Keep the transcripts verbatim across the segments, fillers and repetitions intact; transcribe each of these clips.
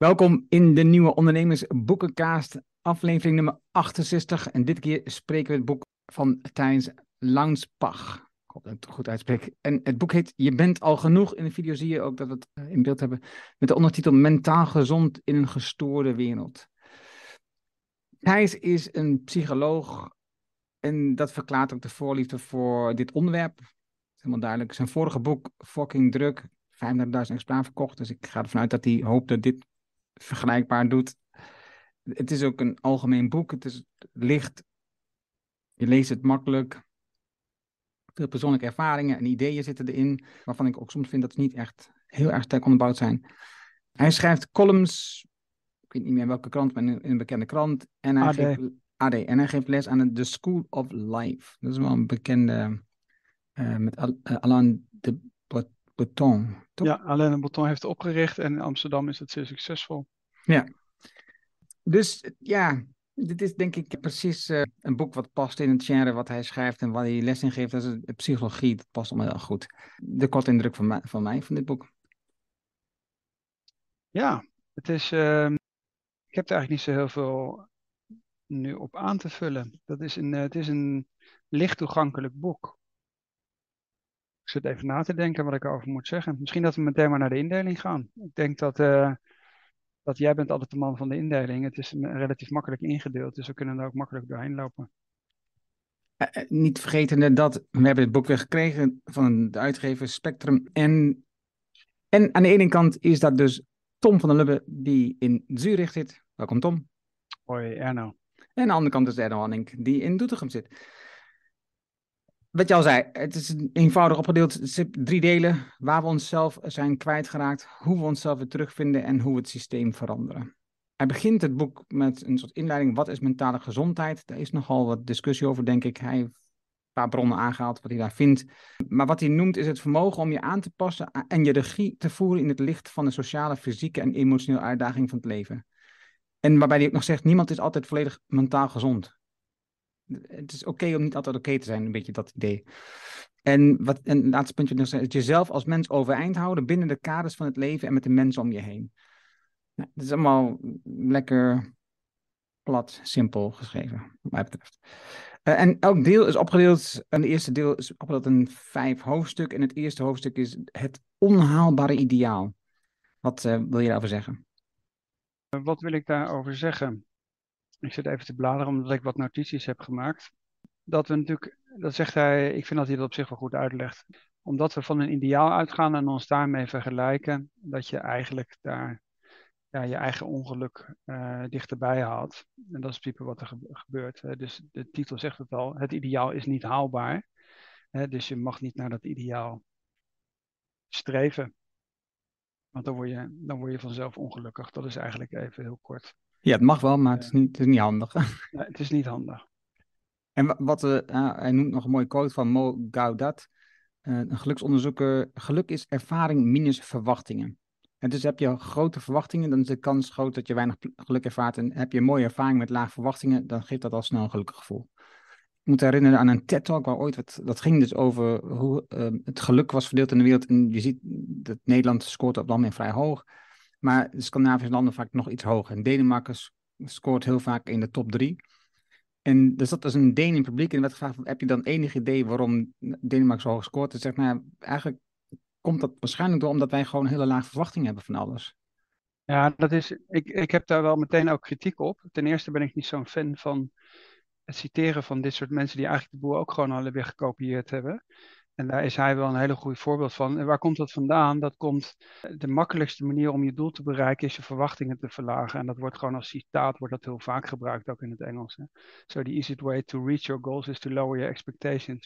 Welkom in de nieuwe Ondernemersboekencast, aflevering nummer achtenzestig. En dit keer spreken we het boek van Thijs Launsbach. Ik hoop dat ik het goed uitspreek. En het boek heet Je bent al genoeg. In de video zie je ook dat we het in beeld hebben met de ondertitel Mentaal gezond in een gestoorde wereld. Thijs is een psycholoog en dat verklaart ook de voorliefde voor dit onderwerp. Dat is helemaal duidelijk. Zijn vorige boek, Fucking Druk, vijfendertigduizend exemplaren verkocht. Dus ik ga ervan uit dat hij hoopt dat dit vergelijkbaar doet. Het is ook een algemeen boek. Het is licht. Je leest het makkelijk. Veel persoonlijke ervaringen en ideeën zitten erin, waarvan ik ook soms vind dat ze niet echt heel erg sterk onderbouwd zijn. Hij schrijft columns, ik weet niet meer welke krant, maar in een bekende krant. En hij A D. geeft A D. En hij geeft les aan de The School of Life. Dat is wel een bekende, uh, met Al, uh, Alain de Botton, toch? Ja, Alain de Botton heeft het opgericht en in Amsterdam is het zeer succesvol. Ja. Dus ja, dit is denk ik precies uh, een boek wat past in het genre wat hij schrijft en waar hij les in geeft. Dat is de psychologie, dat past allemaal heel goed. De korte indruk van mij, van mij, van dit boek. Ja, het is, uh, ik heb er eigenlijk niet zo heel veel nu op aan te vullen. Dat is een, uh, het is een licht toegankelijk boek. Ik zit even na te denken wat ik erover moet zeggen. Misschien dat we meteen maar naar de indeling gaan. Ik denk dat, uh, dat jij bent altijd de man van de indeling. Het is een, relatief makkelijk ingedeeld, dus we kunnen er ook makkelijk doorheen lopen. Uh, niet vergetende dat we hebben het boek weer gekregen van de uitgever Spectrum. En, en aan de ene kant is dat dus Tom van der Lubbe die in Zurich zit. Welkom Tom. Hoi Erno. En aan de andere kant is Erno Hanning die in Doetinchem zit. Wat je al zei, het is eenvoudig opgedeeld. Het zit drie delen. Waar we onszelf zijn kwijtgeraakt, hoe we onszelf weer terugvinden en hoe we het systeem veranderen. Hij begint het boek met een soort inleiding. Wat is mentale gezondheid? Daar is nogal wat discussie over, denk ik. Hij heeft een paar bronnen aangehaald wat hij daar vindt. Maar wat hij noemt is het vermogen om je aan te passen en je regie te voeren in het licht van de sociale, fysieke en emotionele uitdaging van het leven. En waarbij hij ook nog zegt, niemand is altijd volledig mentaal gezond. Het is oké okay om niet altijd oké okay te zijn, een beetje dat idee. En, wat, en het laatste puntje nog is jezelf als mens overeind houden binnen de kaders van het leven en met de mensen om je heen. Nou, het is allemaal lekker plat, simpel geschreven, wat mij betreft. Uh, en elk deel is opgedeeld, en het eerste deel is opgedeeld in vijf hoofdstukken. En het eerste hoofdstuk is het onhaalbare ideaal. Wat uh, wil je daarover zeggen? Wat wil ik daarover zeggen? Ik zit even te bladeren omdat ik wat notities heb gemaakt. Dat we natuurlijk, dat zegt hij, ik vind dat hij dat op zich wel goed uitlegt. Omdat we van een ideaal uitgaan en ons daarmee vergelijken, dat je eigenlijk daar ja, je eigen ongeluk uh, dichterbij haalt. En dat is type wat er ge- gebeurt. Hè. Dus de titel zegt het al, het ideaal is niet haalbaar. Hè, dus je mag niet naar dat ideaal streven. Want dan word je, dan word je vanzelf ongelukkig. Dat is eigenlijk even heel kort. Ja, het mag wel, maar het is niet, het is niet handig. Nee, het is niet handig. En wat uh, uh, hij noemt nog een mooie quote van Mo Gaudat. Uh, een geluksonderzoeker. Geluk is ervaring minus verwachtingen. En dus heb je grote verwachtingen, dan is de kans groot dat je weinig geluk ervaart. En heb je een mooie ervaring met lage verwachtingen, dan geeft dat al snel een gelukkig gevoel. Ik moet herinneren aan een TED-talk waar ooit, wat, dat ging dus over hoe uh, het geluk was verdeeld in de wereld. En je ziet dat Nederland scoort op dat moment vrij hoog. Maar de Scandinavische landen vaak nog iets hoger. En Denemarken scoort heel vaak in de top drie. En er zat dus een Deen in het publiek en werd gevraagd, heb je dan enig idee waarom Denemarken zo hoog scoort? En zegt, nou ja, eigenlijk komt dat waarschijnlijk door omdat wij gewoon hele lage verwachtingen hebben van alles. Ja, dat is, ik, ik heb daar wel meteen ook kritiek op. Ten eerste ben ik niet zo'n fan van het citeren van dit soort mensen die eigenlijk de boel ook gewoon al weer gekopieerd hebben. En daar is hij wel een hele goed voorbeeld van. En waar komt dat vandaan? Dat komt, de makkelijkste manier om je doel te bereiken is je verwachtingen te verlagen. En dat wordt gewoon als citaat, wordt dat heel vaak gebruikt, ook in het Engels. Hè? So the easiest way to reach your goals is to lower your expectations.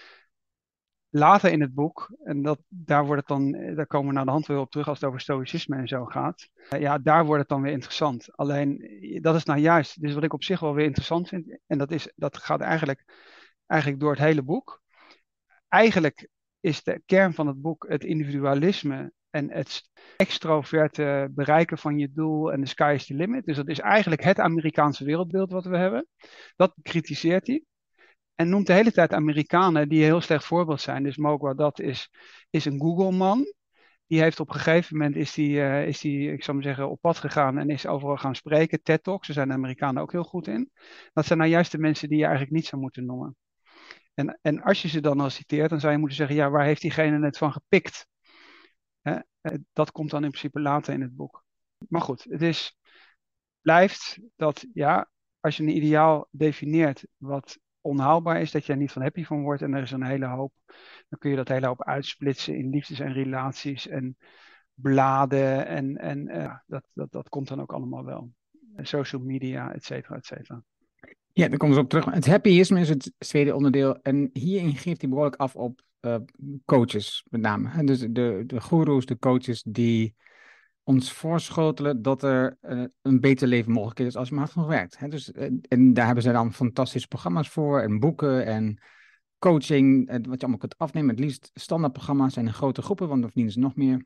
Later in het boek, en dat, daar, wordt het dan, daar komen we naar de hand weer op terug als het over stoïcisme en zo gaat. Uh, ja, daar wordt het dan weer interessant. Alleen, dat is nou juist, dus wat ik op zich wel weer interessant vind, en dat, is, dat gaat eigenlijk, eigenlijk door het hele boek. Eigenlijk is de kern van het boek het individualisme en het extroverte bereiken van je doel en de sky is the limit. Dus dat is eigenlijk het Amerikaanse wereldbeeld wat we hebben. Dat kritiseert hij. En noemt de hele tijd Amerikanen die een heel slecht voorbeeld zijn. Dus Mo Gaudat is, is een Google-man. die heeft op een gegeven moment, is die, uh, is die, ik zou maar zeggen, op pad gegaan en is overal gaan spreken. TED Talks, daar zijn de Amerikanen ook heel goed in. Dat zijn nou juist de mensen die je eigenlijk niet zou moeten noemen. En, en als je ze dan al citeert, dan zou je moeten zeggen, ja, waar heeft diegene het van gepikt? Hè? Dat komt dan in principe later in het boek. Maar goed, het is, blijft dat, ja, als je een ideaal definieert wat onhaalbaar is, dat je er niet van happy van wordt en er is een hele hoop, dan kun je dat hele hoop uitsplitsen in liefdes en relaties en bladen en, en uh, dat, dat, dat komt dan ook allemaal wel. En social media, et cetera, et cetera. Ja, daar komen ze op terug. Het happyisme is het tweede onderdeel. En hierin geeft hij behoorlijk af op uh, coaches, met name. En dus de, de goeroes, de coaches die ons voorschotelen dat er uh, een beter leven mogelijk is als je maar hard genoeg werkt. Hè? Dus, uh, en daar hebben ze dan fantastische programma's voor en boeken en coaching, uh, wat je allemaal kunt afnemen. Het liefst standaardprogramma's en in grote groepen, want dan verdienen ze nog meer.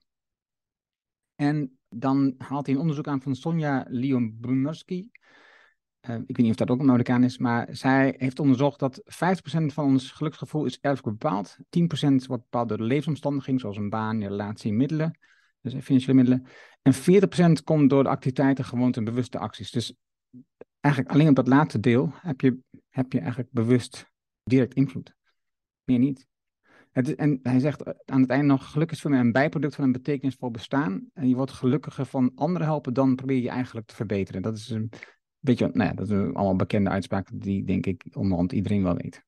En dan haalt hij een onderzoek aan van Sonja Lyubomirsky. Uh, ik weet niet of dat ook een Amerikaan is, maar zij heeft onderzocht dat vijftig procent van ons geluksgevoel is erfelijk bepaald. tien procent wordt bepaald door de levensomstandigheden, zoals een baan, een relatie, middelen. Dus financiële middelen. En veertig procent komt door de activiteiten, gewoonten en bewuste acties. Dus eigenlijk alleen op dat laatste deel heb je, heb je eigenlijk bewust direct invloed. Meer niet. Het is, en hij zegt aan het einde nog, geluk is voor mij een bijproduct van een betekenisvol bestaan. En je wordt gelukkiger van anderen helpen, dan probeer je eigenlijk te verbeteren. Dat is een beetje, nou ja, dat is een allemaal bekende uitspraak die denk ik onderhand iedereen wel weet.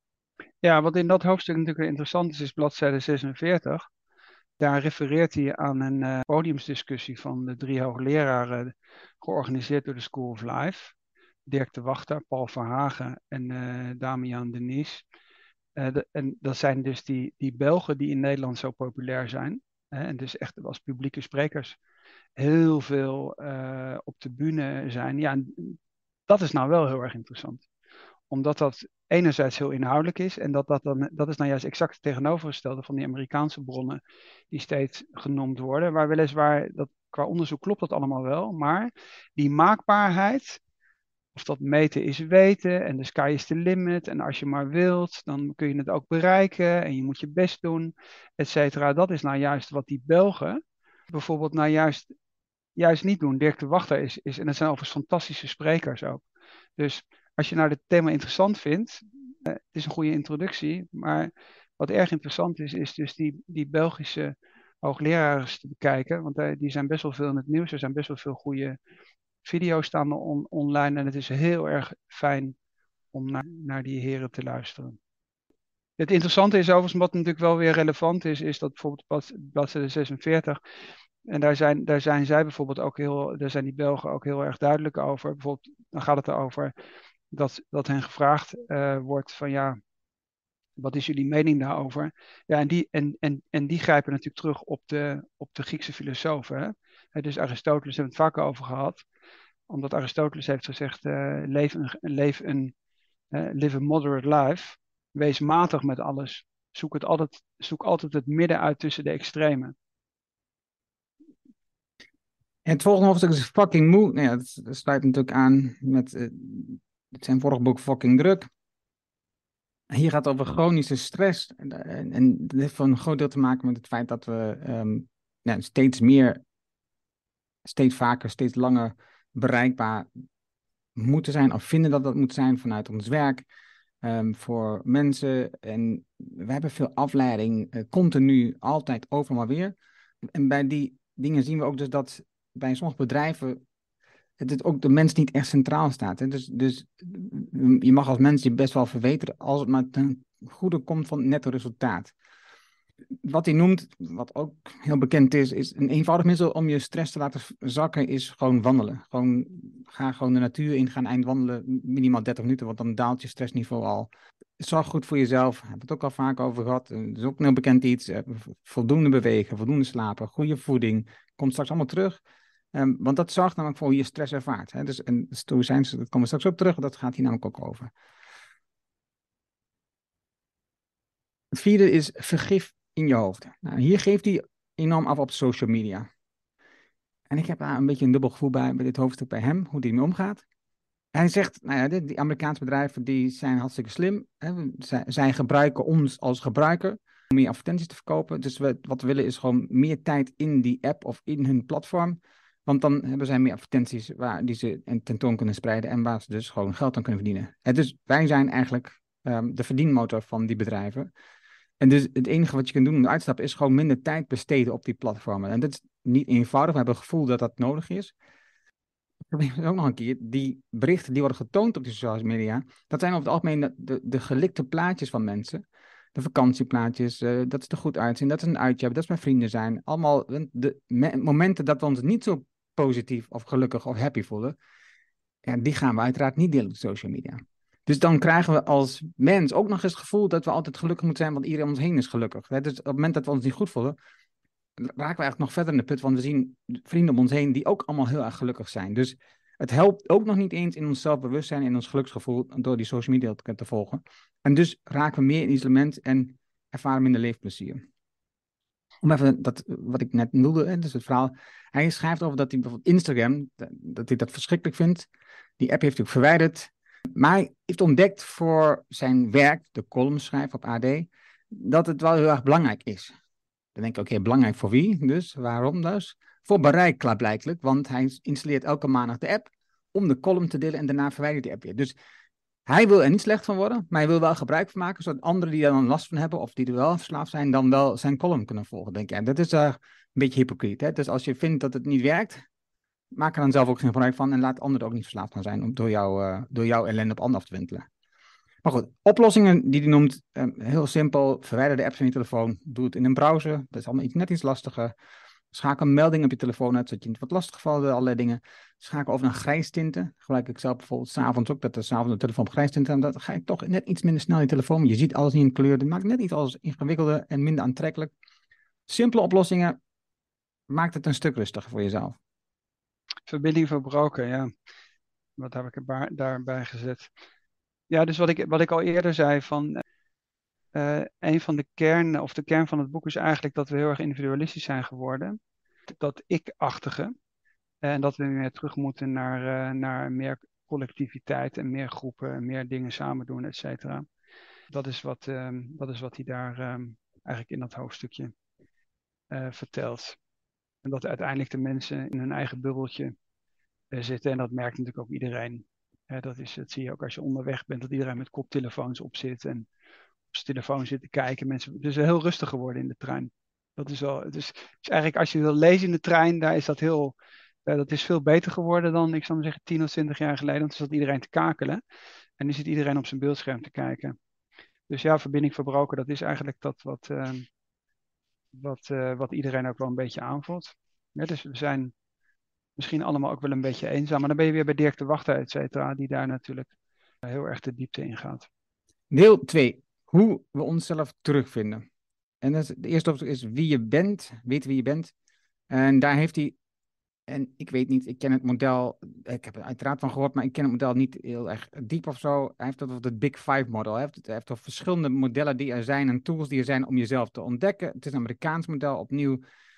Ja, wat in dat hoofdstuk natuurlijk interessant is, is bladzijde zesenveertig. Daar refereert hij aan een uh, podiumsdiscussie van de drie hoogleraren, georganiseerd door de School of Life. Dirk de Wachter, Paul Verhagen en uh, Damian Denies. Uh, de, en dat zijn dus die, die Belgen die in Nederland zo populair zijn. Hè, en dus echt als publieke sprekers heel veel uh, op de bühne zijn. Ja, dat is nou wel heel erg interessant. Omdat dat enerzijds heel inhoudelijk is en dat, dat, dan, dat is nou juist exact het tegenovergestelde van die Amerikaanse bronnen die steeds genoemd worden. Waar weliswaar, dat, qua onderzoek klopt dat allemaal wel, maar die maakbaarheid, of dat meten is weten en de sky is the limit en als je maar wilt, dan kun je het ook bereiken en je moet je best doen, et cetera. Dat is nou juist wat die Belgen bijvoorbeeld nou juist, juist niet doen. Dirk de Wachter is, is, en dat zijn overigens fantastische sprekers ook. Dus als je nou dit thema interessant vindt, uh, het is een goede introductie, maar wat erg interessant is, is dus die, die Belgische hoogleraren te bekijken, want uh, die zijn best wel veel in het nieuws, er zijn best wel veel goede video's staan on, online en het is heel erg fijn om naar, naar die heren te luisteren. Het interessante is overigens, wat natuurlijk wel weer relevant is, is dat bijvoorbeeld bladzijde zesenveertig, en daar zijn, daar zijn zij bijvoorbeeld ook heel, daar zijn die Belgen ook heel erg duidelijk over. Bijvoorbeeld, dan gaat het erover dat, dat hen gevraagd uh, wordt van ja, wat is jullie mening daarover? Ja, en die, en, en, en die grijpen natuurlijk terug op de, op de Griekse filosofen. Hè? He, dus Aristoteles hebben we het vaak over gehad. Omdat Aristoteles heeft gezegd, uh, leef een, leef een uh, live a moderate life. Wees matig met alles. Zoek, het altijd, zoek altijd het midden uit tussen de extremen. En het volgende hoofdstuk is Fucking Moe. Nou ja, dat, dat sluit natuurlijk aan met uh, zijn vorige boek Fucking Druk. Hier gaat het over chronische stress. En, en, en dat heeft voor een groot deel te maken met het feit dat we um, ja, steeds meer, steeds vaker, steeds langer bereikbaar moeten zijn. Of vinden dat dat moet zijn vanuit ons werk. Um, voor mensen. En we hebben veel afleiding. Uh, continu, altijd, overal maar weer. En bij die dingen zien we ook dus dat bij sommige bedrijven het, het ook de mens niet echt centraal staat. Hè? Dus, dus je mag als mens je best wel verbeteren als het maar ten goede komt van het netto resultaat. Wat hij noemt, wat ook heel bekend is, is een eenvoudig middel om je stress te laten zakken, is gewoon wandelen. Gewoon, ga gewoon de natuur in, gaan eind wandelen, minimaal dertig minuten, want dan daalt je stressniveau al. Zorg goed voor jezelf, daar hebben we het ook al vaak over gehad. Dat is ook een heel bekend iets. Voldoende bewegen, voldoende slapen, goede voeding, komt straks allemaal terug. Um, want dat zorgt namelijk voor hoe je stress ervaart. Hè? Dus, en stoïcijns, dat komen we straks op terug, dat gaat hier namelijk ook over. Het vierde is vergif in je hoofd. Nou, hier geeft hij enorm af op social media. En ik heb daar een beetje een dubbel gevoel bij, bij dit hoofdstuk bij hem, hoe die ermee omgaat. Hij zegt, nou ja, die, die Amerikaanse bedrijven die zijn hartstikke slim. Hè? Zij, zij gebruiken ons als gebruiker. meer advertenties te verkopen. Dus we, wat we willen is gewoon meer tijd in die app of in hun platform. Want dan hebben zij meer advertenties waar die ze en tentoon kunnen spreiden en waar ze dus gewoon geld aan kunnen verdienen. En dus wij zijn eigenlijk um, de verdienmotor van die bedrijven. En dus het enige wat je kunt doen om uit te stappen is gewoon minder tijd besteden op die platformen. En dat is niet eenvoudig. We hebben het gevoel dat dat nodig is. Het probleem is ook nog een keer, die berichten die worden getoond op de sociale media, dat zijn over het algemeen de, de, de gelikte plaatjes van mensen. De vakantieplaatjes, uh, dat is er goed uitzien, dat is een uitje hebben, dat is met vrienden zijn. Allemaal de me- momenten dat we ons niet zo positief of gelukkig of happy voelen, ja, die gaan we uiteraard niet delen op de social media. Dus dan krijgen we als mens ook nog eens het gevoel dat we altijd gelukkig moeten zijn, want iedereen om ons heen is gelukkig. Hè? Dus op het moment dat we ons niet goed voelen, raken we eigenlijk nog verder in de put, want we zien vrienden om ons heen die ook allemaal heel erg gelukkig zijn. Dus het helpt ook nog niet eens in ons zelfbewustzijn, in ons geluksgevoel, door die social media te, te volgen. En dus raken we meer in isolement en ervaren minder leefplezier. Om even dat, wat ik net noemde, hè, dus het verhaal. Hij schrijft over dat hij bijvoorbeeld Instagram, dat hij dat verschrikkelijk vindt. Die app heeft hij ook verwijderd. Maar hij heeft ontdekt voor zijn werk, de columns schrijven op A D, dat het wel heel erg belangrijk is. Dan denk ik, oké, okay, belangrijk voor wie? Dus waarom dus? Voor bereik klaarblijkelijk, want hij installeert elke maandag de app om de column te delen en daarna verwijdert die app weer. Dus hij wil er niet slecht van worden, maar hij wil wel gebruik van maken, zodat anderen die er dan last van hebben of die er wel verslaafd zijn, dan wel zijn column kunnen volgen. Denk ik. En dat is uh, een beetje hypocriet. Hè? Dus als je vindt dat het niet werkt, maak er dan zelf ook geen gebruik van en laat anderen er ook niet verslaafd van zijn om door, jou, uh, door jouw ellende op anderen af te wentelen. Maar goed, oplossingen die hij noemt, um, heel simpel, verwijder de apps van je telefoon, doe het in een browser, dat is allemaal iets, net iets lastiger. Schakel een melding op je telefoon uit, zodat je niet wat lastig valt door allerlei dingen. Schakel over naar grijstinten. Gebruik ik zelf bijvoorbeeld s'avonds ook, dat er s'avonds de telefoon op grijstinten. Dan ga je toch net iets minder snel in je telefoon. Je ziet alles niet in kleur. Dat maakt net iets alles ingewikkelder en minder aantrekkelijk. Simpele oplossingen maakt het een stuk rustiger voor jezelf. Verbinding verbroken, ja. Wat heb ik er daarbij gezet? Ja, dus wat ik, wat ik al eerder zei van uh, een van de kern, of de kern van het boek is eigenlijk dat we heel erg individualistisch zijn geworden. Dat ik-achtige. En dat we weer terug moeten naar, uh, naar meer collectiviteit en meer groepen en meer dingen samen doen, et cetera. Dat is wat, um, dat is wat hij daar um, eigenlijk in dat hoofdstukje uh, vertelt. En dat uiteindelijk de mensen in hun eigen bubbeltje uh, zitten. En dat merkt natuurlijk ook iedereen. Uh, dat, is, dat zie je ook als je onderweg bent, dat iedereen met koptelefoons op zit en op zijn telefoon zit te kijken. Mensen, het is heel rustig geworden in de trein. Dat is wel, het is, het is eigenlijk als je wil lezen in de trein, daar is dat heel... Uh, dat is veel beter geworden dan, ik zou maar zeggen, tien of twintig jaar geleden. Want toen zat iedereen te kakelen. En nu zit iedereen op zijn beeldscherm te kijken. Dus ja, verbinding verbroken, dat is eigenlijk dat wat, uh, wat, uh, wat iedereen ook wel een beetje aanvoelt. Ja, dus we zijn misschien allemaal ook wel een beetje eenzaam. Maar dan ben je weer bij Dirk de Wachter, et cetera, die daar natuurlijk heel erg de diepte in gaat. Deel twee. Hoe we onszelf terugvinden. En dat is, de eerste hoofdstuk is wie je bent, weten wie je bent. En daar heeft hij... En ik weet niet, ik ken het model, ik heb er uiteraard van gehoord, maar ik ken het model niet heel erg diep of zo. Hij heeft het over het Big Five model. Hij heeft, hij heeft over verschillende modellen die er zijn en tools die er zijn om jezelf te ontdekken. Het is een Amerikaans model opnieuw.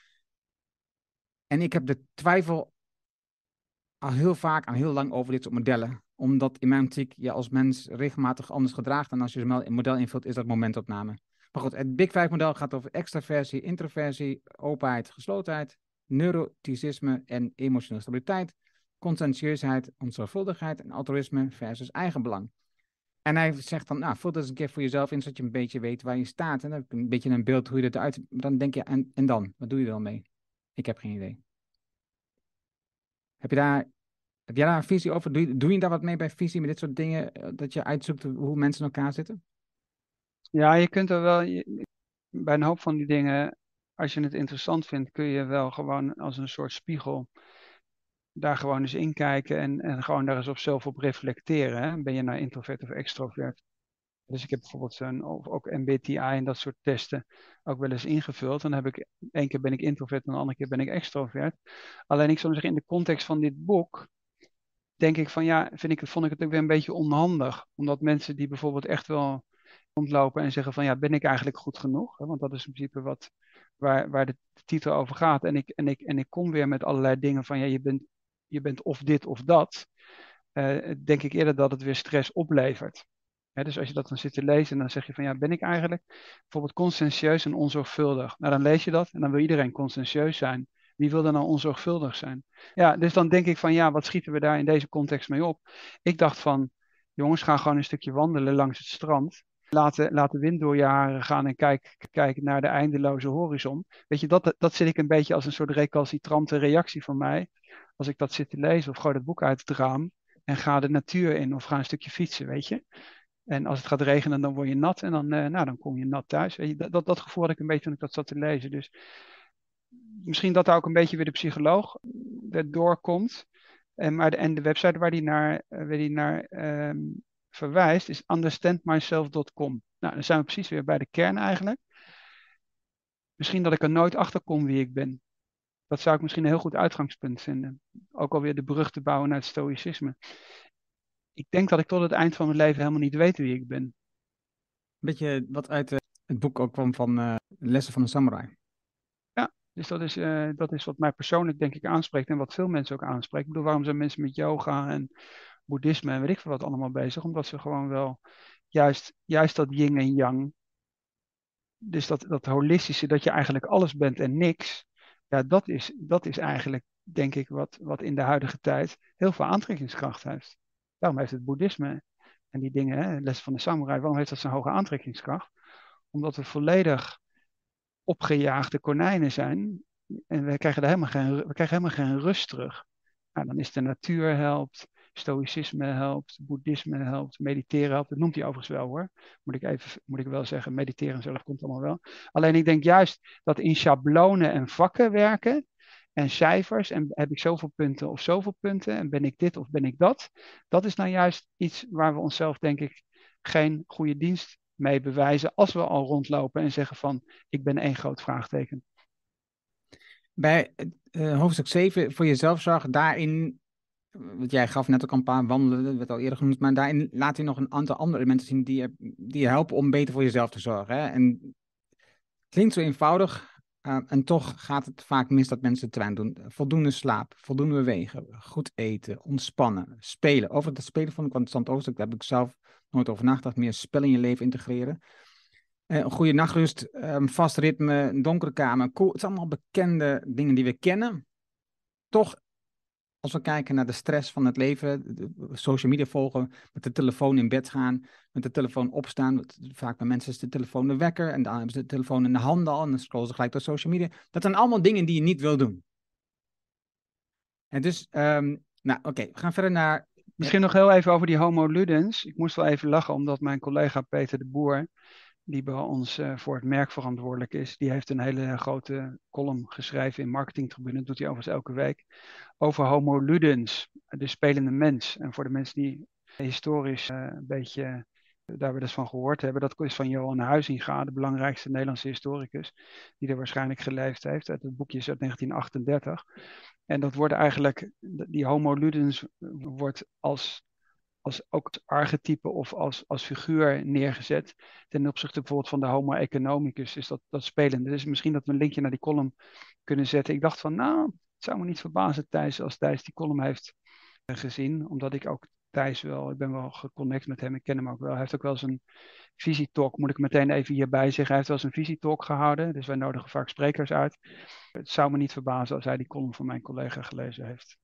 En ik heb de twijfel al heel vaak en heel lang over dit soort modellen. Omdat in mijn optiek je als mens regelmatig anders gedraagt. En als je een model invult, is dat momentopname. Maar goed, het Big Five model gaat over extraversie, introversie, openheid, geslotenheid, neuroticisme en emotionele stabiliteit, conscientieusheid, onzorgvuldigheid en altruïsme versus eigenbelang. En hij zegt dan, nou, vul dat eens een keer voor jezelf in, zodat je een beetje weet waar je staat. En dan heb ik een beetje een beeld hoe je eruit... Dan denk je, en, en dan? Wat doe je er dan mee? Ik heb geen idee. Heb je daar, heb jij daar een visie over? Doe je, doe je daar wat mee bij visie, met dit soort dingen? Dat je uitzoekt hoe mensen in elkaar zitten? Ja, je kunt er wel... Je, bij een hoop van die dingen, als je het interessant vindt, kun je wel gewoon als een soort spiegel daar gewoon eens in kijken en, en gewoon daar eens op zelf op reflecteren. Hè? Ben je nou introvert of extrovert? Dus ik heb bijvoorbeeld zo'n, ook M B T I en dat soort testen ook wel eens ingevuld. Dan heb ik, één keer ben ik introvert en de andere keer ben ik extrovert. Alleen ik zou zeggen, in de context van dit boek, denk ik van ja, vind ik, vond ik het ook weer een beetje onhandig. Omdat mensen die bijvoorbeeld echt wel rondlopen en zeggen van ja, ben ik eigenlijk goed genoeg? Want dat is in principe wat, waar, waar de titel over gaat. En ik, en, ik, en ik kom weer met allerlei dingen van ja, je bent, je bent of dit of dat. Uh, denk ik eerder dat het weer stress oplevert. Hè, dus als je dat dan zit te lezen, dan zeg je van ja, ben ik eigenlijk bijvoorbeeld conscientieus en onzorgvuldig? Nou, dan lees je dat en dan wil iedereen conscientieus zijn. Wie wil dan nou onzorgvuldig zijn? Ja, dus dan denk ik van ja, wat schieten we daar in deze context mee op? Ik dacht van, jongens, ga gewoon een stukje wandelen langs het strand. Laat de, laat de wind door je haren gaan en kijk, kijk naar de eindeloze horizon. Weet je, dat, dat zit ik een beetje als een soort recalcitrante reactie van mij. Als ik dat zit te lezen of gooi dat boek uit het raam en ga de natuur in of ga een stukje fietsen, weet je. En als het gaat regenen, dan word je nat en dan, uh, nou, dan kom je nat thuis. Weet je, dat, dat, dat gevoel had ik een beetje toen ik dat zat te lezen. Dus misschien dat daar ook een beetje weer de psycholoog doorkomt. En, maar de, en de website waar die naar, waar die naar um, verwijst is understand myself dot com. Nou, dan zijn we precies weer bij de kern eigenlijk. Misschien dat ik er nooit achter kom wie ik ben. Dat zou ik misschien een heel goed uitgangspunt vinden. Ook alweer de brug te bouwen naar het stoïcisme. Ik denk dat ik tot het eind van mijn leven helemaal niet weet wie ik ben. Een beetje wat uit uh, het boek ook kwam van uh, Lessen van een Samurai. Ja, dus dat is, uh, dat is wat mij persoonlijk denk ik aanspreekt en wat veel mensen ook aanspreekt. Ik bedoel, waarom zijn mensen met yoga en boeddhisme en weet ik veel wat allemaal bezig? Omdat ze gewoon wel juist, juist dat yin en yang, dus dat, dat holistische, dat je eigenlijk alles bent en niks, ja, dat is, dat is eigenlijk, denk ik, wat, wat in de huidige tijd heel veel aantrekkingskracht heeft. Daarom heeft het boeddhisme en die dingen, hè, lessen van de samurai, waarom heeft dat zo'n hoge aantrekkingskracht? Omdat we volledig opgejaagde konijnen zijn en we krijgen, er helemaal geen, we krijgen helemaal geen rust terug. Nou, dan is de natuur helpt, stoïcisme helpt, boeddhisme helpt, mediteren helpt. Dat noemt hij overigens wel hoor. Moet ik, even, moet ik wel zeggen, mediteren zelf komt allemaal wel. Alleen ik denk juist dat in schablonen en vakken werken en cijfers en heb ik zoveel punten of zoveel punten en ben ik dit of ben ik dat. Dat is nou juist iets waar we onszelf denk ik geen goede dienst mee bewijzen als we al rondlopen en zeggen van ik ben één groot vraagteken. Bij uh, hoofdstuk zeven, voor jezelf zorgen, daarin, want jij gaf net ook een paar wandelen, dat werd al eerder genoemd, maar daarin laat hij nog een aantal andere elementen zien die je, die je helpen om beter voor jezelf te zorgen. Hè? En het klinkt zo eenvoudig, uh, en toch gaat het vaak mis dat mensen het te weinig doen. Voldoende slaap, voldoende bewegen, goed eten, ontspannen, spelen. Over het spelen vond ik een interessant hoofdstuk, daar heb ik zelf nooit over nagedacht, meer spel in je leven integreren. Uh, een goede nachtrust, um, vast ritme, een donkere kamer. Cool. Het zijn allemaal bekende dingen die we kennen. Toch, als we kijken naar de stress van het leven, de social media volgen, met de telefoon in bed gaan, met de telefoon opstaan. Vaak bij mensen is de telefoon de wekker en dan hebben ze de telefoon in de handen al en dan scrollen ze gelijk door social media. Dat zijn allemaal dingen die je niet wil doen. En dus, um, nou oké, okay, we gaan verder naar... Misschien nog heel even over die homo ludens. Ik moest wel even lachen omdat mijn collega Peter de Boer, die bij ons uh, voor het merk verantwoordelijk is, die heeft een hele grote column geschreven in Marketing Tribune, dat doet hij overigens elke week, over homo ludens, de spelende mens. En voor de mensen die historisch uh, een beetje daar we dus van gehoord hebben, dat is van Johan Huizinga, de belangrijkste Nederlandse historicus, die er waarschijnlijk geleefd heeft. Het boekje is uit negentien achtendertig. En dat wordt eigenlijk, die homo ludens wordt als als ook als archetype of als, als figuur neergezet. Ten opzichte bijvoorbeeld van de homo economicus is dat, dat spelende. Dus misschien dat we een linkje naar die column kunnen zetten. Ik dacht van, nou, het zou me niet verbazen Thijs, als Thijs die column heeft gezien. Omdat ik ook Thijs wel, ik ben wel geconnect met hem, ik ken hem ook wel. Hij heeft ook wel eens een visietalk, moet ik meteen even hierbij zeggen. Hij heeft wel eens een visietalk gehouden, dus wij nodigen vaak sprekers uit. Het zou me niet verbazen als hij die column van mijn collega gelezen heeft.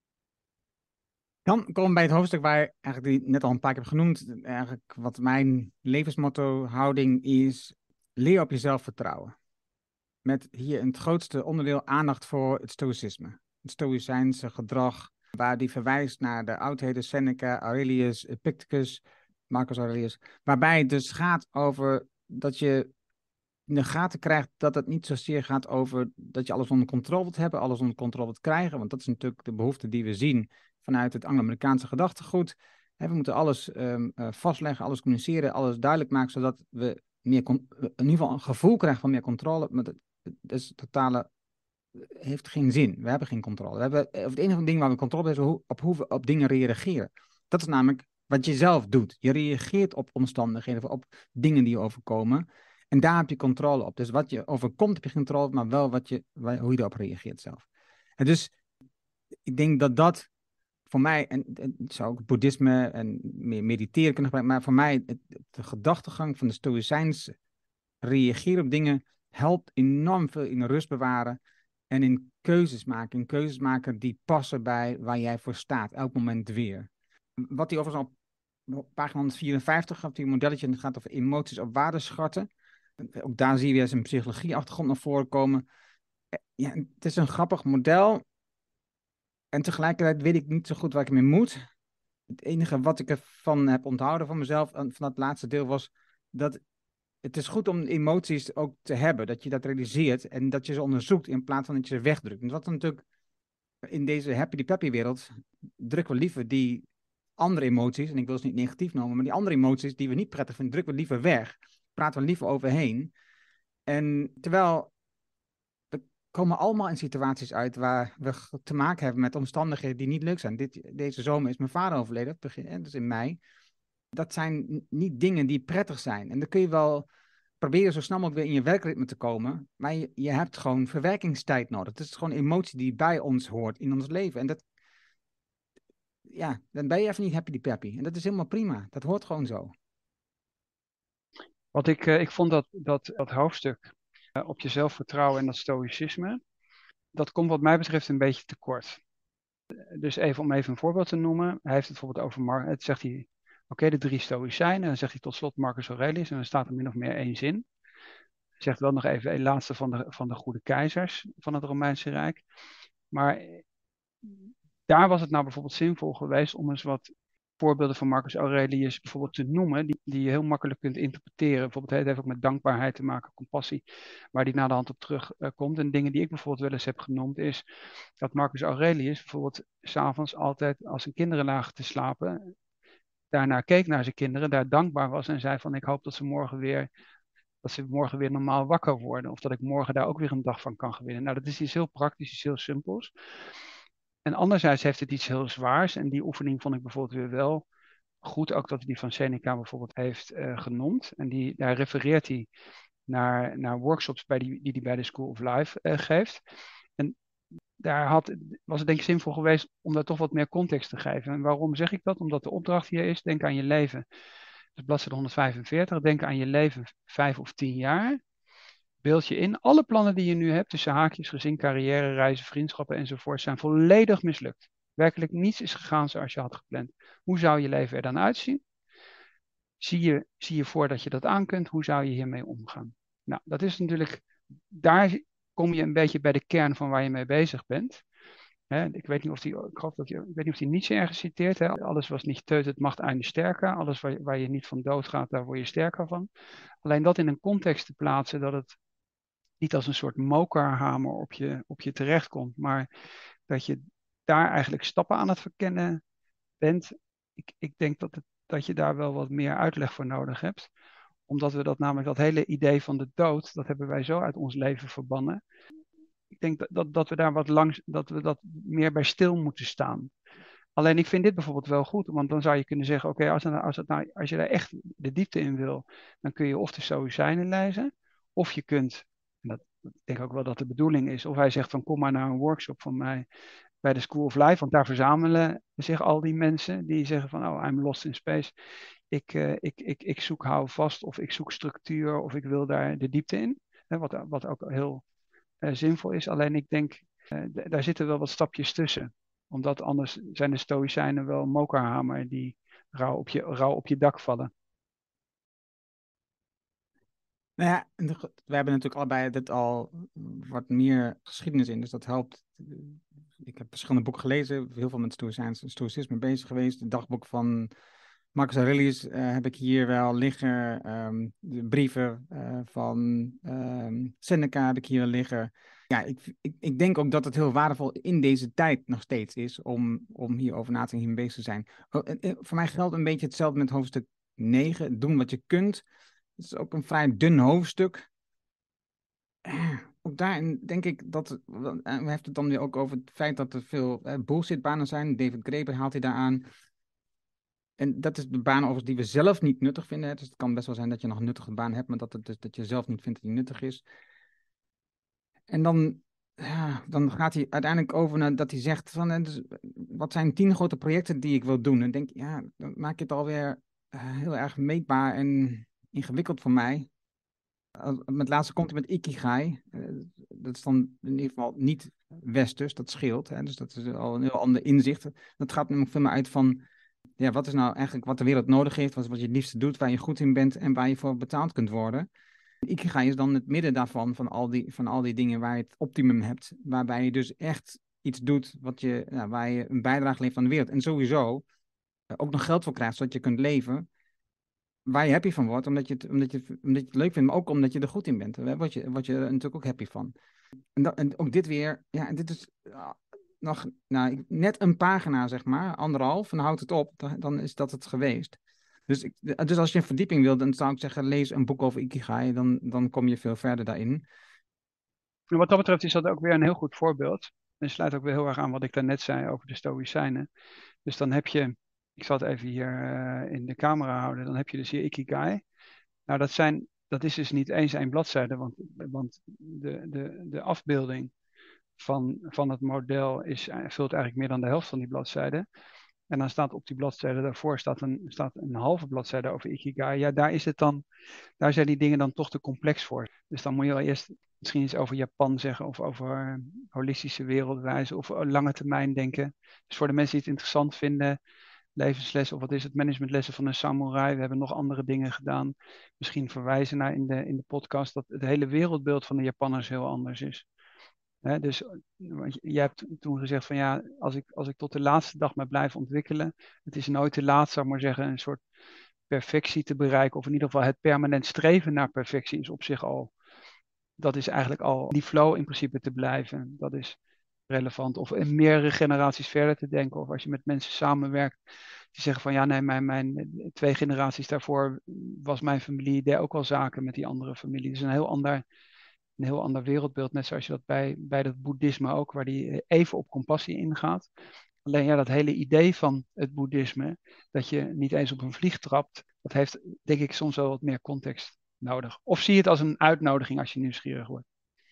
Dan komen we bij het hoofdstuk waar je eigenlijk die net al een paar keer heb genoemd. Eigenlijk wat mijn levensmotto, houding is, leer op jezelf vertrouwen. Met hier in het grootste onderdeel aandacht voor het stoïcisme. Het stoïcijnse gedrag, waar die verwijst naar de oudheden Seneca, Aurelius, Epictetus, Marcus Aurelius. Waarbij het dus gaat over dat je in de gaten krijgt dat het niet zozeer gaat over dat je alles onder controle wilt hebben, alles onder controle wilt krijgen. Want dat is natuurlijk de behoefte die we zien vanuit het Anglo-Amerikaanse gedachtegoed. We moeten alles um, uh, vastleggen, alles communiceren, alles duidelijk maken, zodat we meer in ieder geval een gevoel krijgen van meer controle. Maar dat, dat is totale, heeft geen zin. We hebben geen controle. We hebben, of het enige ding waar we controle hebben is hoe, op hoe we op dingen reageren. Dat is namelijk wat je zelf doet. Je reageert op omstandigheden, op dingen die je overkomen. En daar heb je controle op. Dus wat je overkomt heb je controle op, maar wel wat je, hoe je erop reageert zelf. En dus ik denk dat dat voor mij, en, en het zou ook boeddhisme en meer mediteren kunnen gebruiken, maar voor mij, het, de gedachtegang van de Stoïcijns reageren op dingen helpt enorm veel in rust bewaren en in keuzes maken. In keuzes maken die passen bij waar jij voor staat, elk moment weer. Wat hij overigens op pagina honderdvierenvijftig gaf, die modelletje, en het gaat over emoties op waarde schatten. Ook daar zie je weer zijn psychologie-achtergrond naar voren komen. Ja, het is een grappig model. En tegelijkertijd weet ik niet zo goed waar ik mee moet. Het enige wat ik ervan heb onthouden van mezelf, van dat laatste deel, was dat het is goed om emoties ook te hebben. Dat je dat realiseert en dat je ze onderzoekt in plaats van dat je ze wegdrukt. En wat natuurlijk in deze happy-peppy wereld drukken we liever die andere emoties, en ik wil ze niet negatief noemen, maar die andere emoties die we niet prettig vinden, drukken we liever weg. Praten we liever overheen. En terwijl we komen allemaal in situaties uit waar we te maken hebben met omstandigheden die niet leuk zijn. Dit, deze zomer is mijn vader overleden, begin, dus in mei. Dat zijn niet dingen die prettig zijn. En dan kun je wel proberen zo snel mogelijk weer in je werkritme te komen, maar je, je hebt gewoon verwerkingstijd nodig. Het is gewoon emotie die bij ons hoort in ons leven. En dat, ja, dan ben je even niet happy-peppy. En dat is helemaal prima. Dat hoort gewoon zo. Wat ik, eh, ik vond dat, dat, dat hoofdstuk eh, op je zelfvertrouwen en dat stoïcisme, dat komt wat mij betreft een beetje tekort. Dus even om even een voorbeeld te noemen. Hij heeft het bijvoorbeeld over, Mar het zegt hij, oké, de drie stoïcijnen. En dan zegt hij tot slot Marcus Aurelius. En dan staat er min of meer één zin. Hij zegt wel nog even een laatste van de, van de goede keizers van het Romeinse Rijk. Maar daar was het nou bijvoorbeeld zinvol geweest om eens wat voorbeelden van Marcus Aurelius bijvoorbeeld te noemen, die, die je heel makkelijk kunt interpreteren. Bijvoorbeeld, het heeft ook met dankbaarheid te maken, compassie, waar die na de hand op terugkomt. Uh, en dingen die ik bijvoorbeeld wel eens heb genoemd, is dat Marcus Aurelius bijvoorbeeld s'avonds altijd, als zijn kinderen lagen te slapen, daarnaar keek naar zijn kinderen, daar dankbaar was en zei van, ik hoop dat ze morgen weer, dat ze morgen weer normaal wakker worden, of dat ik morgen daar ook weer een dag van kan gewinnen. Nou, dat is iets heel praktisch, iets heel simpels. En anderzijds heeft het iets heel zwaars. En die oefening vond ik bijvoorbeeld weer wel goed. Ook dat hij die van Seneca bijvoorbeeld heeft uh, genoemd. En die, daar refereert hij naar, naar workshops bij die, die hij bij de School of Life uh, geeft. En daar had, was het denk ik zinvol geweest om daar toch wat meer context te geven. En waarom zeg ik dat? Omdat de opdracht hier is, denk aan je leven. Dus bladzijde honderdvijfenveertig, denk aan je leven vijf of tien jaar. Beeld je in, alle plannen die je nu hebt, tussen haakjes, gezin, carrière, reizen, vriendschappen enzovoort, zijn volledig mislukt. Werkelijk niets is gegaan zoals je had gepland. Hoe zou je leven er dan uitzien? Zie je, zie je voor dat je dat aan kunt? Hoe zou je hiermee omgaan? Nou, dat is natuurlijk, daar kom je een beetje bij de kern van waar je mee bezig bent. He, ik weet niet of die, ik geloof dat je, ik weet niet of die Nietzsche ergens citeert. He. Alles was niet teut, het macht einde sterker. Alles waar, waar je niet van doodgaat, daar word je sterker van. Alleen dat in een context te plaatsen, dat het niet als een soort mokerhamer op je, op je terechtkomt, maar dat je daar eigenlijk stappen aan het verkennen bent. Ik, ik denk dat, het, dat je daar wel wat meer uitleg voor nodig hebt. Omdat we dat namelijk, dat hele idee van de dood, dat hebben wij zo uit ons leven verbannen. Ik denk dat, dat, dat we daar wat langs, dat we dat meer bij stil moeten staan. Alleen ik vind dit bijvoorbeeld wel goed, want dan zou je kunnen zeggen, oké, okay, als, als, nou, als je daar echt de diepte in wil, dan kun je of de Stoïcijnen lezen, of je kunt, en dat, ik denk ook wel dat de bedoeling is, of hij zegt van kom maar naar een workshop van mij bij de School of Life, want daar verzamelen zich al die mensen die zeggen van, oh, I'm lost in space. Ik, uh, ik, ik, ik zoek hou vast, of ik zoek structuur, of ik wil daar de diepte in, hè, wat, wat ook heel uh, zinvol is. Alleen ik denk, uh, d- daar zitten wel wat stapjes tussen. Omdat anders zijn de Stoïcijnen wel mokerhamer die rauw op je, rauw op je dak vallen. Nou ja, we hebben natuurlijk allebei dit al wat meer geschiedenis in, dus dat helpt. Ik heb verschillende boeken gelezen, heel veel met stoïcisme bezig geweest. Het dagboek van Marcus Aurelius uh, heb ik hier wel liggen. Um, de brieven uh, van um, Seneca heb ik hier liggen. Ja, ik, ik, ik denk ook dat het heel waardevol in deze tijd nog steeds is om, om hierover na te denken, bezig te zijn. Oh, en, en voor mij geldt een beetje hetzelfde met hoofdstuk negen, doen wat je kunt. Het is ook een vrij dun hoofdstuk. Uh, ook daarin denk ik dat, we hebben het dan weer ook over het feit dat er veel uh, bullshitbanen zijn. David Graeber haalt hij daar aan. En dat is de baan overigens die we zelf niet nuttig vinden. Dus het kan best wel zijn dat je nog een nuttige baan hebt, maar dat, het dus, dat je zelf niet vindt dat die nuttig is. En dan ja, dan gaat hij uiteindelijk over naar dat hij zegt van, eh, dus, wat zijn tien grote projecten die ik wil doen? En denk, ja, dan maak je het alweer eh, heel erg meetbaar en ingewikkeld voor mij. Als- Met het laatste komt hij met Ikigai. Eh, dat is dan in ieder geval niet westers, dat scheelt. Hè? Dus dat is al een heel ander inzicht. Dat gaat namelijk veel meer uit van, ja, wat is nou eigenlijk wat de wereld nodig heeft, wat, is wat je het liefste doet, waar je goed in bent en waar je voor betaald kunt worden. Ikigai is dan het midden daarvan, van al die, van al die dingen waar je het optimum hebt, waarbij je dus echt iets doet wat je, nou, waar je een bijdrage levert aan de wereld. En sowieso eh, ook nog geld voor krijgt, zodat je kunt leven, waar je happy van wordt, omdat je het, omdat je, omdat je het leuk vindt, maar ook omdat je er goed in bent. Daar word je, word je er natuurlijk ook happy van. En, dat, en ook dit weer, ja, en dit is ah, nog nou, ik- net een pagina, zeg maar, anderhalf, en dan houdt het op, dan, dan is dat het geweest. Dus, ik, dus als je een verdieping wil, dan zou ik zeggen, lees een boek over Ikigai, dan, dan kom je veel verder daarin. En wat dat betreft is dat ook weer een heel goed voorbeeld. En sluit ook weer heel erg aan wat ik daarnet zei over de Stoïcijnen. Dus dan heb je, ik zal het even hier eh, in de camera houden, dan heb je dus hier Ikigai. Nou, dat zijn, dat is dus niet eens één bladzijde, want, want de, de, de afbeelding van, van het model is, vult eigenlijk meer dan de helft van die bladzijde. En dan staat op die bladzijde daarvoor staat een, staat een halve bladzijde over Ikigai. Ja, daar is het dan, daar zijn die dingen dan toch te complex voor. Dus dan moet je wel eerst misschien iets over Japan zeggen of over uh, holistische wereldwijze of lange termijn denken. Dus voor de mensen die het interessant vinden, levenslessen of wat is het, managementlessen van een samurai. We hebben nog andere dingen gedaan. Misschien verwijzen naar in de, in de podcast dat het hele wereldbeeld van de Japanners heel anders is. Hè, dus want jij hebt toen gezegd van ja, als ik, als ik tot de laatste dag maar blijf ontwikkelen, het is nooit te laat, zou ik maar zeggen, een soort perfectie te bereiken, of in ieder geval het permanent streven naar perfectie is op zich al, dat is eigenlijk al die flow in principe te blijven. Dat is relevant. Of in meerdere generaties verder te denken, of als je met mensen samenwerkt, die zeggen van ja, nee, mijn, mijn twee generaties daarvoor was mijn familie, deed ook wel zaken met die andere familie. Het is een heel ander een heel ander wereldbeeld, net zoals je dat bij, bij het boeddhisme ook, waar die even op compassie ingaat. Alleen ja, dat hele idee van het boeddhisme, dat je niet eens op een vlieg trapt, dat heeft denk ik soms wel wat meer context nodig. Of zie je het als een uitnodiging als je nieuwsgierig wordt.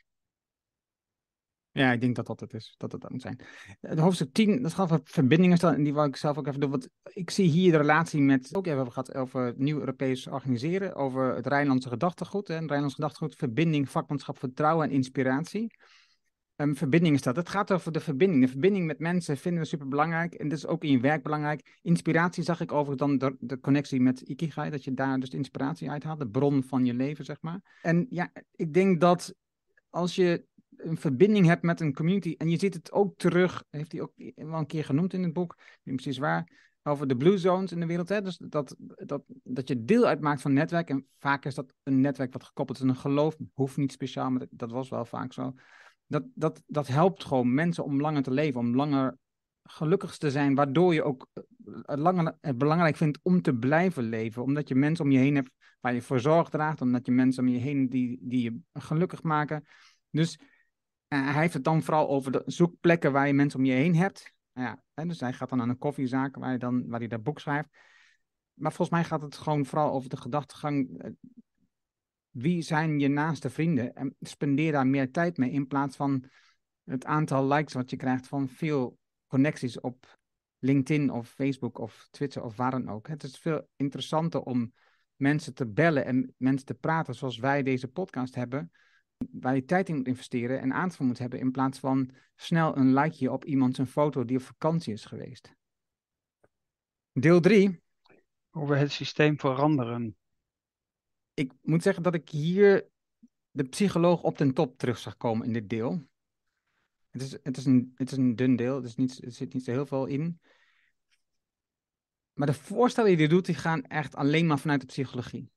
Ja, ik denk dat dat het is, dat het dat moet zijn. De hoofdstuk tien, dat gaat over verbindingen staan, en die wou ik zelf ook even doen, want ik zie hier de relatie met, ook hebben we gehad over nieuw Europees organiseren, over het Rijnlandse gedachtegoed, hè, het Rijnlandse gedachtegoed, verbinding, vakmanschap, vertrouwen en inspiratie. Um, verbinding is dat. Het gaat over de verbinding. De verbinding met mensen vinden we super belangrijk. En dat is ook in je werk belangrijk. Inspiratie zag ik overigens dan de, de connectie met Ikigai. Dat je daar dus de inspiratie uithaalt. De bron van je leven, zeg maar. En ja, ik denk dat als je een verbinding hebt met een community. En je ziet het ook terug. Heeft hij ook wel een keer genoemd in het boek. Ik weet niet precies waar. Over de blue zones in de wereld. Hè? Dus dat, dat, dat je deel uitmaakt van een netwerk. En vaak is dat een netwerk wat gekoppeld is aan een geloof. Hoeft niet speciaal, maar dat, dat was wel vaak zo. Dat, dat, dat helpt gewoon mensen om langer te leven, om langer gelukkig te zijn, waardoor je ook het, langer, het belangrijk vindt om te blijven leven. Omdat je mensen om je heen hebt waar je voor zorg draagt, omdat je mensen om je heen die, die je gelukkig maken. Dus uh, hij heeft het dan vooral over de zoekplekken waar je mensen om je heen hebt. Ja, hè, dus hij gaat dan aan een koffiezaak waar, je dan, waar hij dat boek schrijft. Maar volgens mij gaat het gewoon vooral over de gedachtegang. Wie zijn je naaste vrienden? En spendeer daar meer tijd mee in plaats van het aantal likes wat je krijgt van veel connecties op LinkedIn of Facebook of Twitter of waar dan ook. Het is veel interessanter om mensen te bellen en mensen te praten zoals wij deze podcast hebben, waar je tijd in moet investeren en aandacht voor moet hebben in plaats van snel een likeje op iemand zijn foto die op vakantie is geweest. Deel drie. Over het systeem veranderen. Ik moet zeggen dat ik hier de psycholoog op den top terug zag komen in dit deel. Het is, het is, een, het is een dun deel, er, is niet, er zit niet zo heel veel in. Maar de voorstellen die hij doet, die gaan echt alleen maar vanuit de psychologie.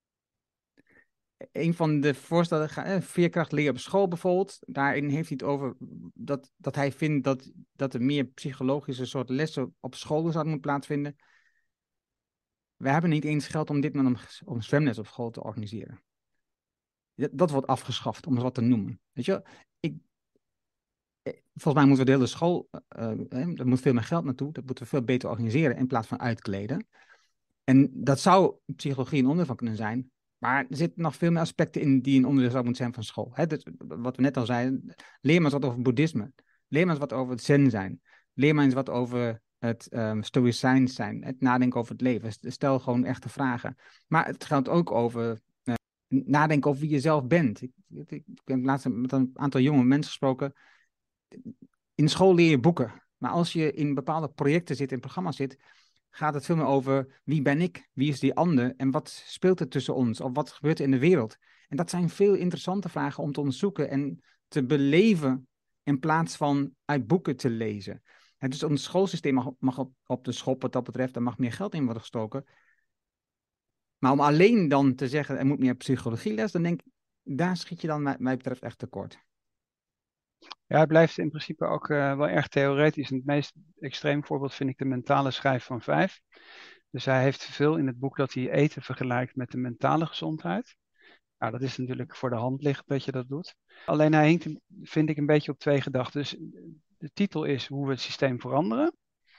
Een van de voorstellen, eh, veerkracht leren op school bijvoorbeeld, daarin heeft hij het over dat, dat hij vindt dat, dat er meer psychologische soort lessen op scholen zouden moeten plaatsvinden. We hebben niet eens geld om dit met een, om een zwemles op school te organiseren. Dat, dat wordt afgeschaft, om het wat te noemen. Weet je, ik, volgens mij moeten we de hele school, uh, uh, er moet veel meer geld naartoe, dat moeten we veel beter organiseren in plaats van uitkleden. En dat zou psychologie een onderdeel van kunnen zijn, Maar er zitten nog veel meer aspecten in die een onderdeel zou moeten zijn van school. Hè? Dus wat we net al zeiden, leer maar eens wat over boeddhisme. Leer maar eens wat over het zen zijn. Leer maar eens wat over het um, stoïcijns zijn. Het nadenken over het leven. Stel gewoon echte vragen. Maar het geldt ook over uh, nadenken over wie je zelf bent. Ik, ik, ik heb laatst met een aantal jonge mensen gesproken. In school leer je boeken. Maar als je in bepaalde projecten zit, in programma's zit, gaat het veel meer over wie ben ik, wie is die ander en wat speelt er tussen ons of wat gebeurt er in de wereld. En dat zijn veel interessante vragen om te onderzoeken en te beleven in plaats van uit boeken te lezen. En dus ons schoolsysteem mag, mag op, op de schop wat dat betreft, er mag meer geld in worden gestoken. Maar om alleen dan te zeggen er moet meer psychologieles, dan denk ik, daar schiet je dan wat mij betreft echt tekort. Ja, het blijft in principe ook uh, wel erg theoretisch. En het meest extreem voorbeeld vind ik de mentale schijf van vijf. Dus hij heeft veel in het boek dat hij eten vergelijkt met de mentale gezondheid. Nou, dat is natuurlijk voor de hand liggend dat je dat doet. Alleen hij hinkt, vind ik, een beetje op twee gedachten. Dus de titel is hoe we het systeem veranderen.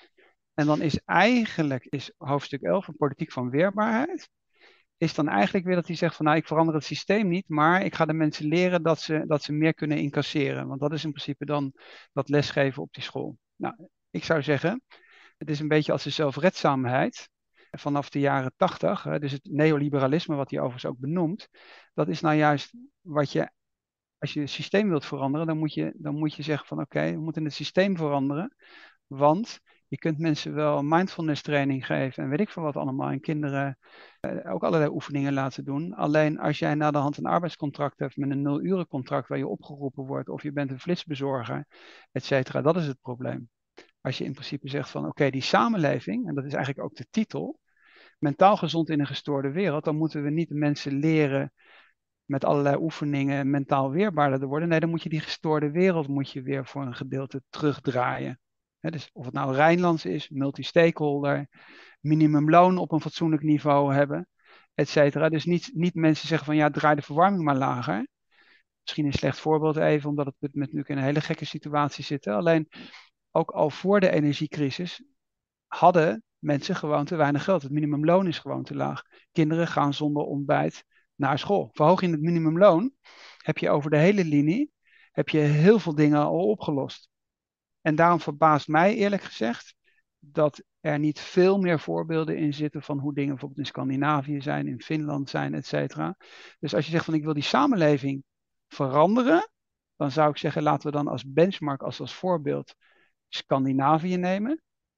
En dan is eigenlijk is hoofdstuk elf, een politiek van weerbaarheid. Is dan eigenlijk weer dat hij zegt van nou, ik verander het systeem niet, maar ik ga de mensen leren dat ze, dat ze meer kunnen incasseren. Want dat is in principe dan dat lesgeven op die school. Nou, ik zou zeggen, het is een beetje als de zelfredzaamheid vanaf de jaren tachtig. Dus het neoliberalisme, wat hij overigens ook benoemt. Dat is nou juist wat je, als je het systeem wilt veranderen, dan moet je, dan moet je zeggen van oké, okay, we moeten het systeem veranderen. Want je kunt mensen wel mindfulness training geven en weet ik veel wat allemaal. En kinderen uh, ook allerlei oefeningen laten doen. Alleen als jij na de hand een arbeidscontract hebt met een nul-urencontract waar je opgeroepen wordt. Of je bent een flitsbezorger, et cetera. Dat is het probleem. Als je in principe zegt van oké, okay, die samenleving, en dat is eigenlijk ook de titel. Mentaal gezond in een gestoorde wereld. Dan moeten we niet de mensen leren met allerlei oefeningen mentaal weerbaarder te worden. Nee, dan moet je die gestoorde wereld moet je weer voor een gedeelte terugdraaien. He, dus of het nou Rijnlands is, multi-stakeholder, minimumloon op een fatsoenlijk niveau hebben, et cetera. Dus niet, niet mensen zeggen van ja, draai de verwarming maar lager. Misschien een slecht voorbeeld even, omdat het met natuurlijk in een hele gekke situatie zit. Alleen ook al voor de energiecrisis hadden mensen gewoon te weinig geld. Het minimumloon is gewoon te laag. Kinderen gaan zonder ontbijt naar school. Verhoog je het minimumloon, heb je over de hele linie heb je heel veel dingen al opgelost. En daarom verbaast mij eerlijk gezegd dat er niet veel meer voorbeelden in zitten van hoe dingen bijvoorbeeld in Scandinavië zijn, in Finland zijn, et cetera. Dus als je zegt van ik wil die samenleving veranderen, dan zou ik zeggen laten we dan als benchmark, als, als voorbeeld Scandinavië nemen.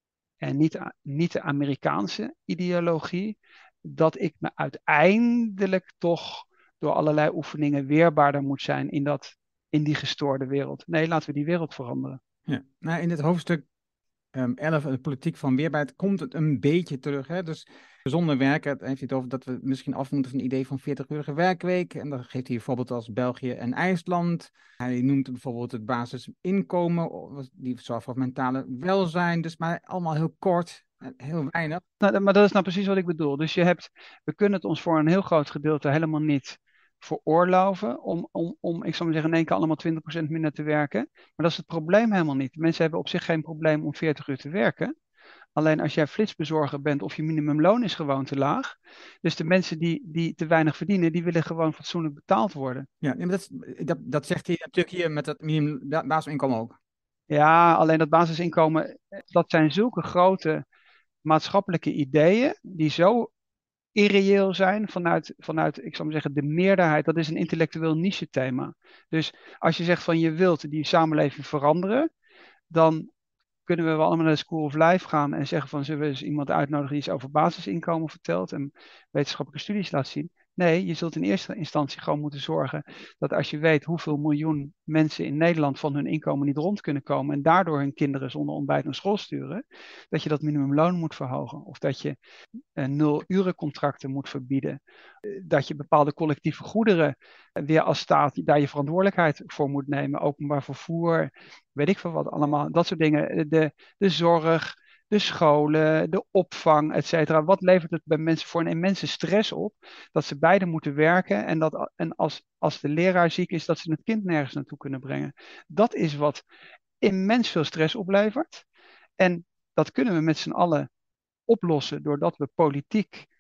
En niet, niet de Amerikaanse ideologie, dat ik me uiteindelijk toch door allerlei oefeningen weerbaarder moet zijn in, dat, in die gestoorde wereld. Nee, laten we die wereld veranderen. Ja. Nou, in het hoofdstuk um, elf, de politiek van weerbaarheid, komt het een beetje terug. Hè? Dus zonder werken heeft hij het over dat we misschien af moeten van het idee van veertig-urige werkweek. En dan geeft hij bijvoorbeeld als België en IJsland. Hij noemt bijvoorbeeld het basisinkomen, die zorgt voor mentale welzijn. Dus maar allemaal heel kort, heel weinig. Nou, maar dat is nou precies wat ik bedoel. Dus je hebt, we kunnen het ons voor een heel groot gedeelte helemaal niet veroorloven om, om, om ik zou maar zeggen, in één keer allemaal twintig procent minder te werken. Maar dat is het probleem helemaal niet. Mensen hebben op zich geen probleem om veertig uur te werken. Alleen als jij flitsbezorger bent of je minimumloon is gewoon te laag. Dus de mensen die, die te weinig verdienen, die willen gewoon fatsoenlijk betaald worden. Ja, maar dat, dat, dat zegt hij natuurlijk hier met dat minimum basisinkomen ook. Ja, alleen dat basisinkomen, dat zijn zulke grote maatschappelijke ideeën die zo irreëel zijn vanuit, vanuit, ik zou maar zeggen, de meerderheid. Dat is een intellectueel niche thema. Dus als je zegt van je wilt die samenleving veranderen, dan kunnen we wel allemaal naar de School of Life gaan en zeggen van zullen we eens iemand uitnodigen die iets over basisinkomen vertelt en wetenschappelijke studies laat zien. Nee, je zult in eerste instantie gewoon moeten zorgen dat als je weet hoeveel miljoen mensen in Nederland van hun inkomen niet rond kunnen komen en daardoor hun kinderen zonder ontbijt naar school sturen, dat je dat minimumloon moet verhogen. Of dat je uh, nul-urencontracten moet verbieden. Uh, dat je bepaalde collectieve goederen uh, weer als staat daar je verantwoordelijkheid voor moet nemen. Openbaar vervoer, weet ik veel wat allemaal. Dat soort dingen. De, de zorg, de scholen, de opvang, et cetera. Wat levert het bij mensen voor een immense stress op? Dat ze beide moeten werken en, dat, en als, als de leraar ziek is, dat ze het kind nergens naartoe kunnen brengen. Dat is wat immens veel stress oplevert. En dat kunnen we met z'n allen oplossen doordat we politiek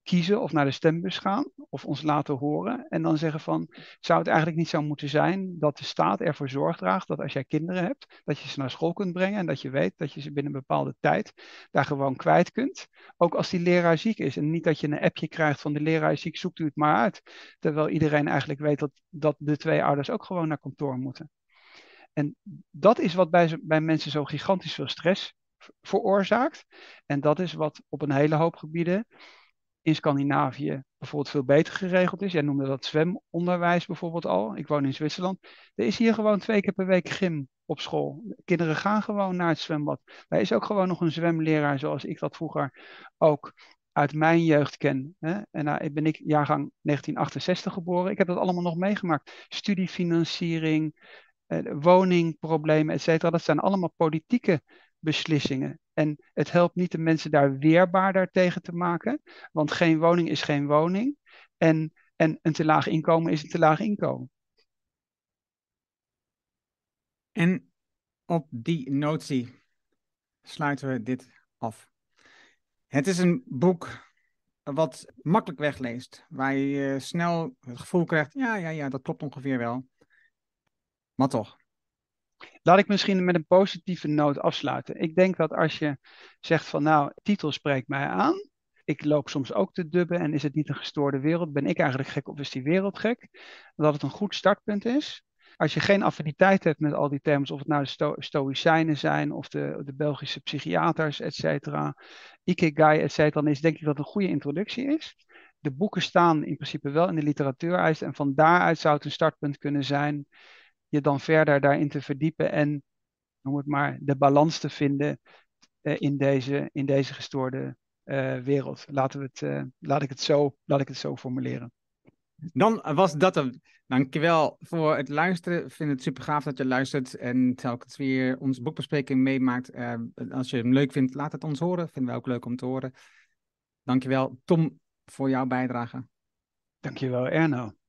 kiezen of naar de stembus gaan of ons laten horen en dan zeggen van, zou het eigenlijk niet zo moeten zijn dat de staat ervoor zorg draagt dat als jij kinderen hebt, dat je ze naar school kunt brengen en dat je weet dat je ze binnen een bepaalde tijd daar gewoon kwijt kunt, ook als die leraar ziek is. En niet dat je een appje krijgt van de leraar is ziek, zoekt u het maar uit. Terwijl iedereen eigenlijk weet dat, dat de twee ouders ook gewoon naar kantoor moeten. En dat is wat bij, bij mensen zo gigantisch veel stress veroorzaakt. En dat is wat op een hele hoop gebieden in Scandinavië bijvoorbeeld veel beter geregeld is. Jij noemde dat zwemonderwijs bijvoorbeeld al. Ik woon in Zwitserland. Er is hier gewoon twee keer per week gym op school. Kinderen gaan gewoon naar het zwembad. Daar is ook gewoon nog een zwemleraar zoals ik dat vroeger ook uit mijn jeugd ken. Hè? En nou ben ik jaargang negentien achtenzestig geboren. Ik heb dat allemaal nog meegemaakt. Studiefinanciering, eh, woningproblemen, et cetera. Dat zijn allemaal politieke beslissingen. En het helpt niet de mensen daar weerbaarder tegen te maken, want geen woning is geen woning. En, en een te laag inkomen is een te laag inkomen. En op die notie sluiten we dit af. Het is een boek wat makkelijk wegleest, waar je snel het gevoel krijgt, ja, ja, ja, dat klopt ongeveer wel. Maar toch. Laat ik misschien met een positieve noot afsluiten. Ik denk dat als je zegt van nou, titel spreekt mij aan. Ik loop soms ook te dubben en is het niet een gestoorde wereld? Ben ik eigenlijk gek of is die wereld gek? Dat het een goed startpunt is. Als je geen affiniteit hebt met al die termen, of het nou de sto stoïcijnen zijn of de, de Belgische psychiaters, et cetera, Ikigai, et cetera, dan is denk ik dat het een goede introductie is. De boeken staan in principe wel in de literatuureis en van daaruit zou het een startpunt kunnen zijn je dan verder daarin te verdiepen en, noem het maar, de balans te vinden uh, in, deze, in deze gestoorde uh, wereld. Laten we het, uh, laat, ik het zo, laat ik het zo formuleren. Dan was dat hem. Dankjewel voor het luisteren. Ik vind het super gaaf dat je luistert en telkens weer onze boekbespreking meemaakt. Uh, als je hem leuk vindt, laat het ons horen. Vinden wij ook leuk om te horen. Dankjewel, Tom, voor jouw bijdrage. Dankjewel, Erno.